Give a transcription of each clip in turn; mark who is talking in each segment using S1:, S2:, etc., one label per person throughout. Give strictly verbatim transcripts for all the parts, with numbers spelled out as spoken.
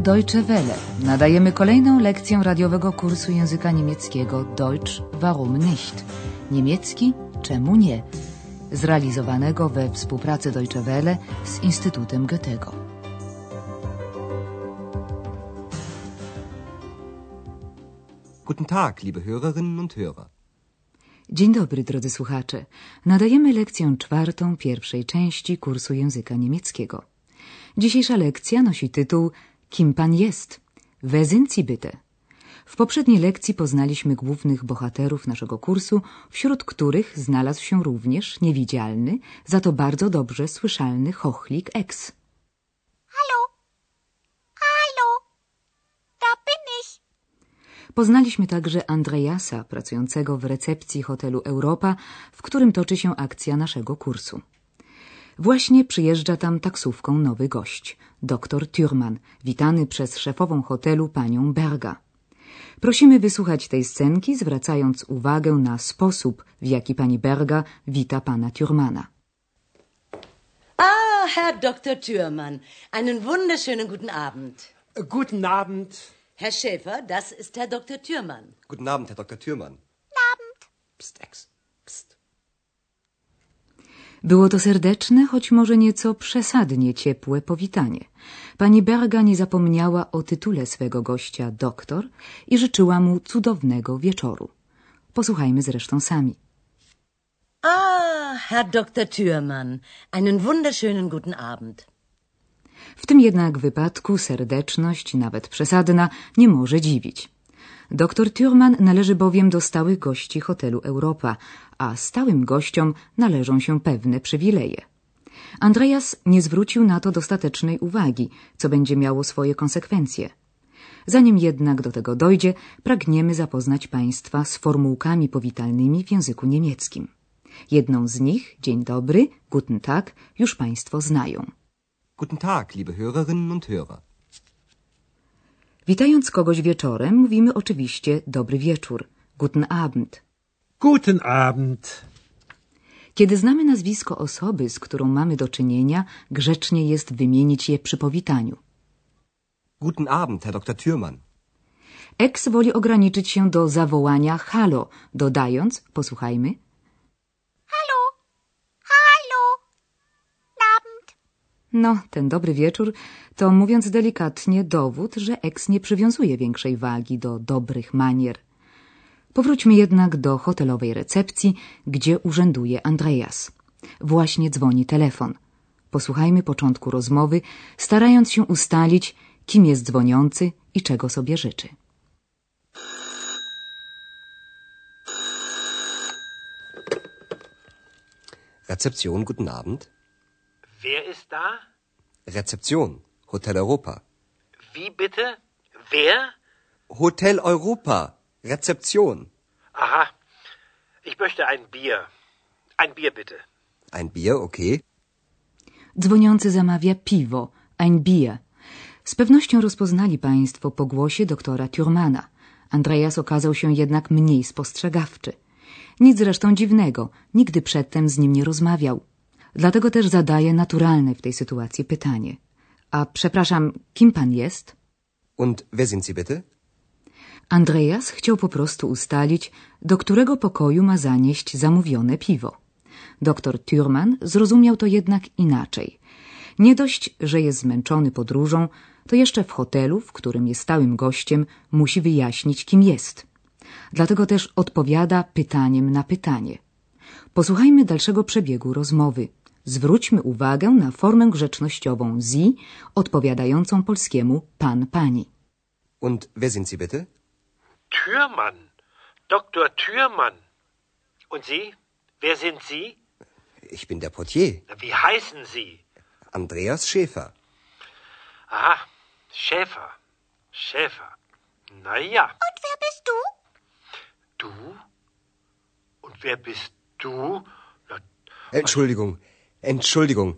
S1: Deutsche Welle. Nadajemy kolejną lekcję radiowego kursu języka niemieckiego Deutsch, warum nicht? Niemiecki, czemu nie? Zrealizowanego we współpracy Deutsche Welle z Instytutem Goethego.
S2: Guten Tag, liebe Hörerinnen und Hörer.
S1: Dzień dobry, drodzy słuchacze. Nadajemy lekcję czwartą pierwszej części kursu języka niemieckiego. Dzisiejsza lekcja nosi tytuł Kim pan jest? Wer sind Sie bitte? W poprzedniej lekcji poznaliśmy głównych bohaterów naszego kursu, wśród których znalazł się również niewidzialny, za to bardzo dobrze słyszalny chochlik Ex.
S3: Hallo, hallo, da bin ich.
S1: Poznaliśmy także Andreasa, pracującego w recepcji hotelu Europa, w którym toczy się akcja naszego kursu. Właśnie przyjeżdża tam taksówką nowy gość, doktor Thürmann, witany przez szefową hotelu panią Berga. Prosimy wysłuchać tej scenki, zwracając uwagę na sposób, w jaki pani Berga wita pana Thürmana.
S4: Ah, Herr Doktor Thürmann, einen wunderschönen guten Abend.
S5: Guten Abend.
S4: Herr Schäfer, das ist Herr Doktor Thürmann.
S2: Guten Abend, Herr Doktor Thürmann.
S3: Guten Abend.
S2: Psst, Ex. Psst.
S1: Było to serdeczne, choć może nieco przesadnie ciepłe powitanie. Pani Berga nie zapomniała o tytule swego gościa doktor i życzyła mu cudownego wieczoru. Posłuchajmy zresztą sami.
S4: Ah, Herr Doktor Thürmann, einen wunderschönen guten Abend.
S1: W tym jednak wypadku serdeczność, nawet przesadna, nie może dziwić. Doktor Thürmann należy bowiem do stałych gości hotelu Europa, a stałym gościom należą się pewne przywileje. Andreas nie zwrócił na to dostatecznej uwagi, co będzie miało swoje konsekwencje. Zanim jednak do tego dojdzie, pragniemy zapoznać Państwa z formułkami powitalnymi w języku niemieckim. Jedną z nich, dzień dobry, guten Tag, już Państwo znają.
S2: Guten Tag, liebe Hörerinnen und Hörer.
S1: Witając kogoś wieczorem, mówimy oczywiście dobry wieczór, guten Abend.
S5: Guten Abend.
S1: Kiedy znamy nazwisko osoby, z którą mamy do czynienia, grzecznie jest wymienić je przy powitaniu.
S2: Guten Abend, Herr Doktor Thürmann.
S1: Ex woli ograniczyć się do zawołania hallo, dodając, posłuchajmy.
S3: Hallo, hallo, guten Abend.
S1: No, ten dobry wieczór to, mówiąc delikatnie, dowód, że Ex nie przywiązuje większej wagi do dobrych manier. Powróćmy jednak do hotelowej recepcji, gdzie urzęduje Andreas. Właśnie dzwoni telefon. Posłuchajmy początku rozmowy, starając się ustalić, kim jest dzwoniący i czego sobie życzy.
S2: Rezeption, guten Abend.
S5: Wer ist da?
S2: Rezeption, Hotel Europa.
S5: Wie bitte? Wer?
S2: Hotel Europa, Rezeption.
S5: Aha. Ich möchte ein Bier. Ein Bier bitte.
S2: Ein Bier, okay.
S1: Dzwoniący zamawia piwo, ein Bier. Z pewnością rozpoznali Państwo po głosie doktora Thürmana. Andreas okazał się jednak mniej spostrzegawczy. Nic zresztą dziwnego, nigdy przedtem z nim nie rozmawiał. Dlatego też zadaje naturalne w tej sytuacji pytanie. A przepraszam, kim pan jest?
S2: Und wer sind Sie bitte?
S1: Andreas chciał po prostu ustalić, do którego pokoju ma zanieść zamówione piwo. Doktor Thürmann zrozumiał to jednak inaczej. Nie dość, że jest zmęczony podróżą, to jeszcze w hotelu, w którym jest stałym gościem, musi wyjaśnić, kim jest. Dlatego też odpowiada pytaniem na pytanie. Posłuchajmy dalszego przebiegu rozmowy. Zwróćmy uwagę na formę grzecznościową Sie, odpowiadającą polskiemu pan, pani.
S2: Und wer sind Sie bitte?
S5: Thürmann. Doktor Thürmann. Und Sie? Wer sind Sie?
S2: Ich bin der Portier,
S5: Wie heißen Sie?
S2: Andreas Schäfer.
S5: Aha. Schäfer. Schäfer. Na ja.
S3: Und wer bist du?
S5: Du? Und wer bist du? Na,
S2: Entschuldigung, Entschuldigung.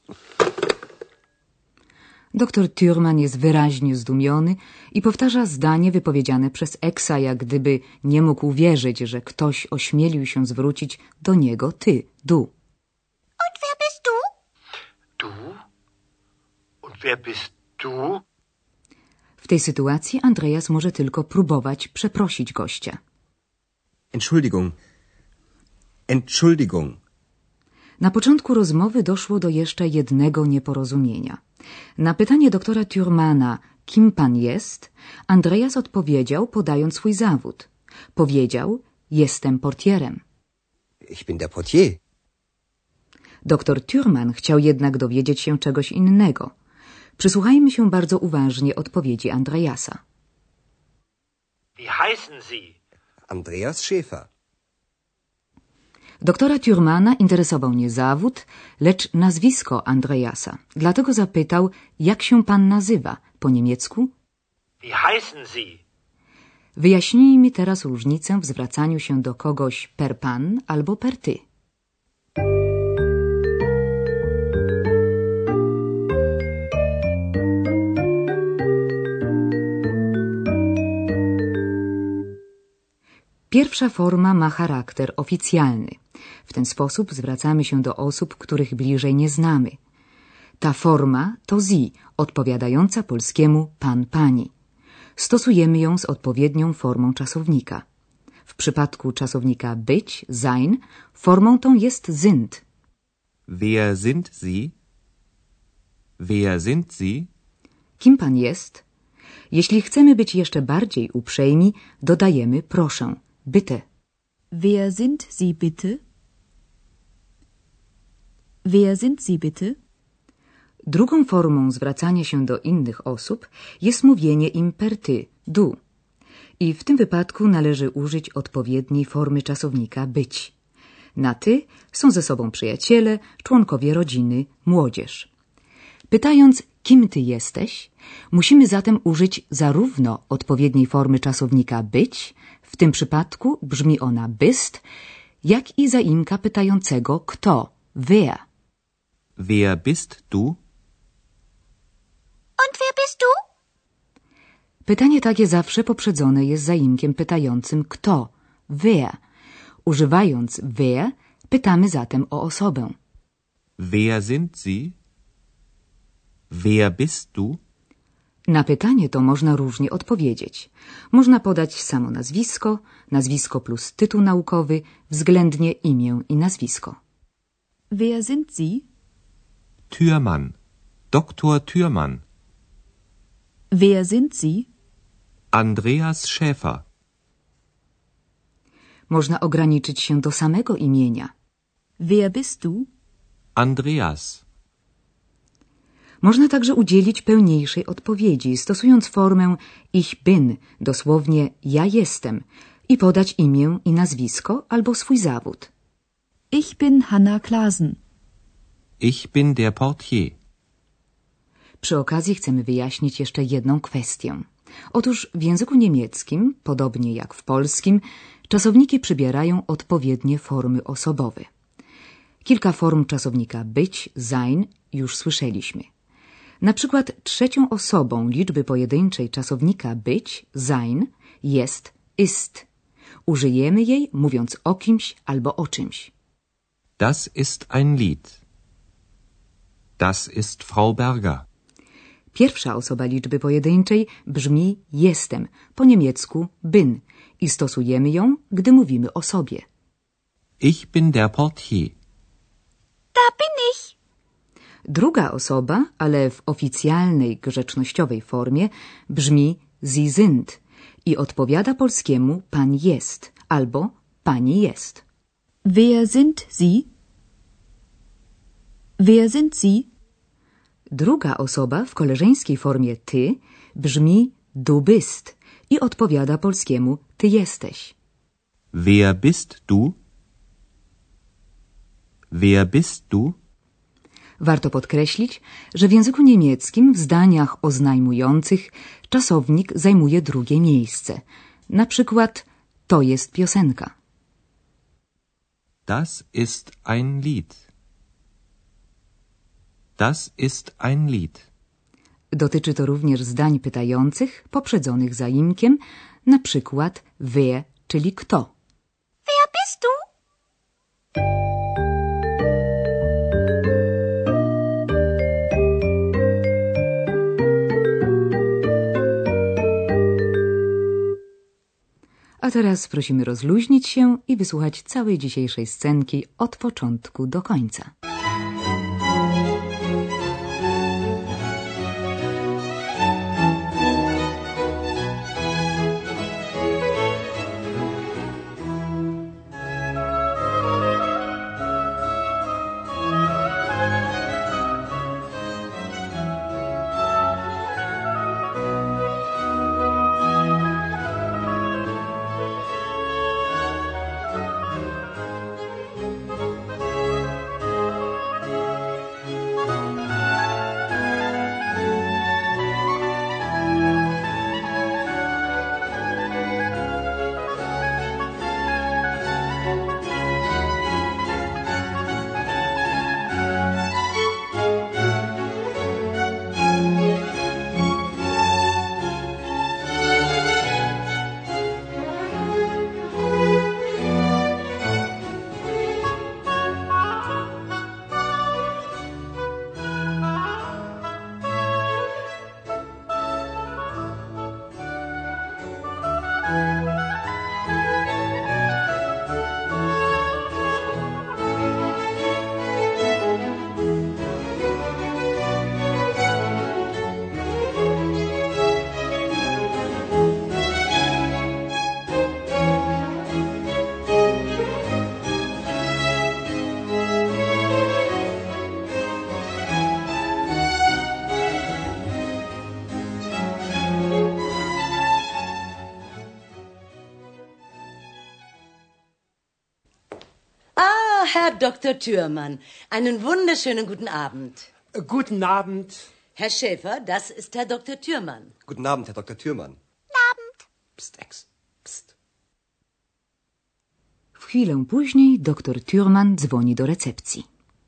S1: Doktor Thürmann jest wyraźnie zdumiony i powtarza zdanie wypowiedziane przez Exa, jak gdyby nie mógł uwierzyć, że ktoś ośmielił się zwrócić do niego ty, du.
S3: Und wer bist du?
S5: du? Und wer bist du?
S1: W tej sytuacji Andreas może tylko próbować przeprosić gościa.
S2: Entschuldigung. Entschuldigung.
S1: Na początku rozmowy doszło do jeszcze jednego nieporozumienia. Na pytanie doktora Thürmana, kim pan jest, Andreas odpowiedział, podając swój zawód. Powiedział, jestem portierem.
S2: Ich bin der Portier.
S1: Doktor Thürman chciał jednak dowiedzieć się czegoś innego. Przysłuchajmy się bardzo uważnie odpowiedzi Andreasa.
S5: Wie heißen Sie?
S2: Andreas Schäfer.
S1: Doktora Thürmana interesował nie zawód, lecz nazwisko Andreasa. Dlatego zapytał, jak się pan nazywa po niemiecku?
S5: Wie heißen Sie?
S1: Wyjaśnij mi teraz różnicę w zwracaniu się do kogoś per pan albo per ty. Pierwsza forma ma charakter oficjalny. W ten sposób zwracamy się do osób, których bliżej nie znamy. Ta forma to Sie, odpowiadająca polskiemu pan, pani. Stosujemy ją z odpowiednią formą czasownika. W przypadku czasownika być, sein, formą tą jest sind.
S6: Wer sind Sie? Wer sind Sie?
S1: Kim pan jest? Jeśli chcemy być jeszcze bardziej uprzejmi, dodajemy proszę, bitte.
S7: Wer sind Sie bitte? Wer sind Sie bitte?
S1: Drugą formą zwracania się do innych osób jest mówienie im per ty, du. I w tym wypadku należy użyć odpowiedniej formy czasownika być. Na ty są ze sobą przyjaciele, członkowie rodziny, młodzież. Pytając, kim ty jesteś, musimy zatem użyć zarówno odpowiedniej formy czasownika być, w tym przypadku brzmi ona bist, jak i zaimka pytającego kto, wer.
S6: Wer bist du?
S3: Und wer bist du?
S1: Pytanie takie zawsze poprzedzone jest zaimkiem pytającym kto, wer. Używając wer, pytamy zatem o osobę.
S6: Wer sind Sie? Wer bist du?
S1: Na pytanie to można różnie odpowiedzieć. Można podać samo nazwisko, nazwisko plus tytuł naukowy, względnie imię i nazwisko.
S7: Wer sind Sie?
S6: Thürmann. Doktor Thürmann.
S7: Wer sind Sie?
S6: Andreas Schäfer.
S1: Można ograniczyć się do samego imienia.
S7: Wer bist du?
S6: Andreas.
S1: Można także udzielić pełniejszej odpowiedzi, stosując formę ich bin, dosłownie ja jestem, i podać imię i nazwisko albo swój zawód.
S7: Ich bin Hanna Klasen.
S6: Ich bin der Portier.
S1: Przy okazji chcemy wyjaśnić jeszcze jedną kwestię. Otóż w języku niemieckim, podobnie jak w polskim, czasowniki przybierają odpowiednie formy osobowe. Kilka form czasownika być, sein już słyszeliśmy. Na przykład trzecią osobą liczby pojedynczej czasownika być, sein, jest, ist. Użyjemy jej, mówiąc o kimś albo o czymś.
S6: Das ist ein Lied. Das ist Frau Berger.
S1: Pierwsza osoba liczby pojedynczej brzmi jestem, po niemiecku bin, i stosujemy ją, gdy mówimy o sobie.
S6: Ich bin der Portier.
S3: Da bin ich.
S1: Druga osoba, ale w oficjalnej, grzecznościowej formie, brzmi Sie sind i odpowiada polskiemu pan jest albo pani jest.
S7: Wer sind Sie? Wer sind Sie?
S1: Druga osoba w koleżeńskiej formie ty brzmi du bist i odpowiada polskiemu ty jesteś.
S6: Wer bist du? Wer bist du?
S1: Warto podkreślić, że w języku niemieckim w zdaniach oznajmujących czasownik zajmuje drugie miejsce. Na przykład to jest piosenka.
S6: Das ist ein Lied. Das ist ein Lied.
S1: Dotyczy to również zdań pytających poprzedzonych zaimkiem, na przykład wer, czyli kto.
S3: Wer bist du?
S1: A teraz prosimy rozluźnić się i wysłuchać całej dzisiejszej scenki od początku do końca.
S4: Herr Doktor Thürmann, einen wunderschönen guten Abend.
S5: Guten Abend.
S4: Herr Schäfer, das ist Herr Doktor Thürmann.
S2: Guten Abend, Herr Doktor Thürmann.
S3: Guten Abend.
S2: Psst, Ex. Psst.
S1: W chwilę później doktor Thürmann dzwoni do recepcji.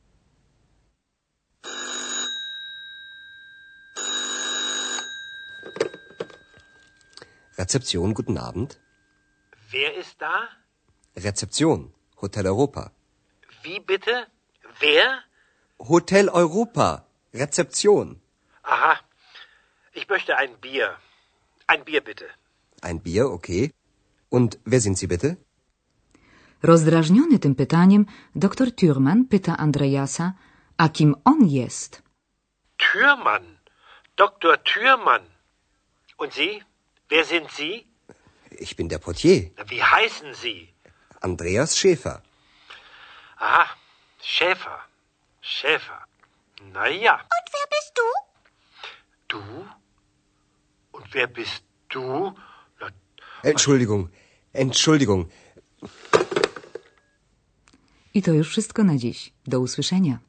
S2: Rezeption, guten Abend.
S5: Wer ist da?
S2: Rezeption, Hotel Europa.
S5: Wie bitte? Wer?
S2: Hotel Europa, Rezeption.
S5: Aha. Ich möchte ein Bier. Ein Bier bitte.
S2: Ein Bier, okay. Und wer sind Sie bitte?
S1: Rozdrażniony tym pytaniem, doktor Thürmann pyta Andreasa, a kim on jest.
S5: Thürmann. Doktor Thürmann. Und Sie? Wer sind Sie?
S2: Ich bin der Portier,
S5: Wie heißen Sie?
S2: Andreas Schäfer.
S5: Aha. Schäfer. Schäfer. Na ja.
S3: Und wer bist du?
S5: Du? Und wer bist du? Na,
S2: Entschuldigung, Entschuldigung.
S1: I to już wszystko na dziś. Do usłyszenia.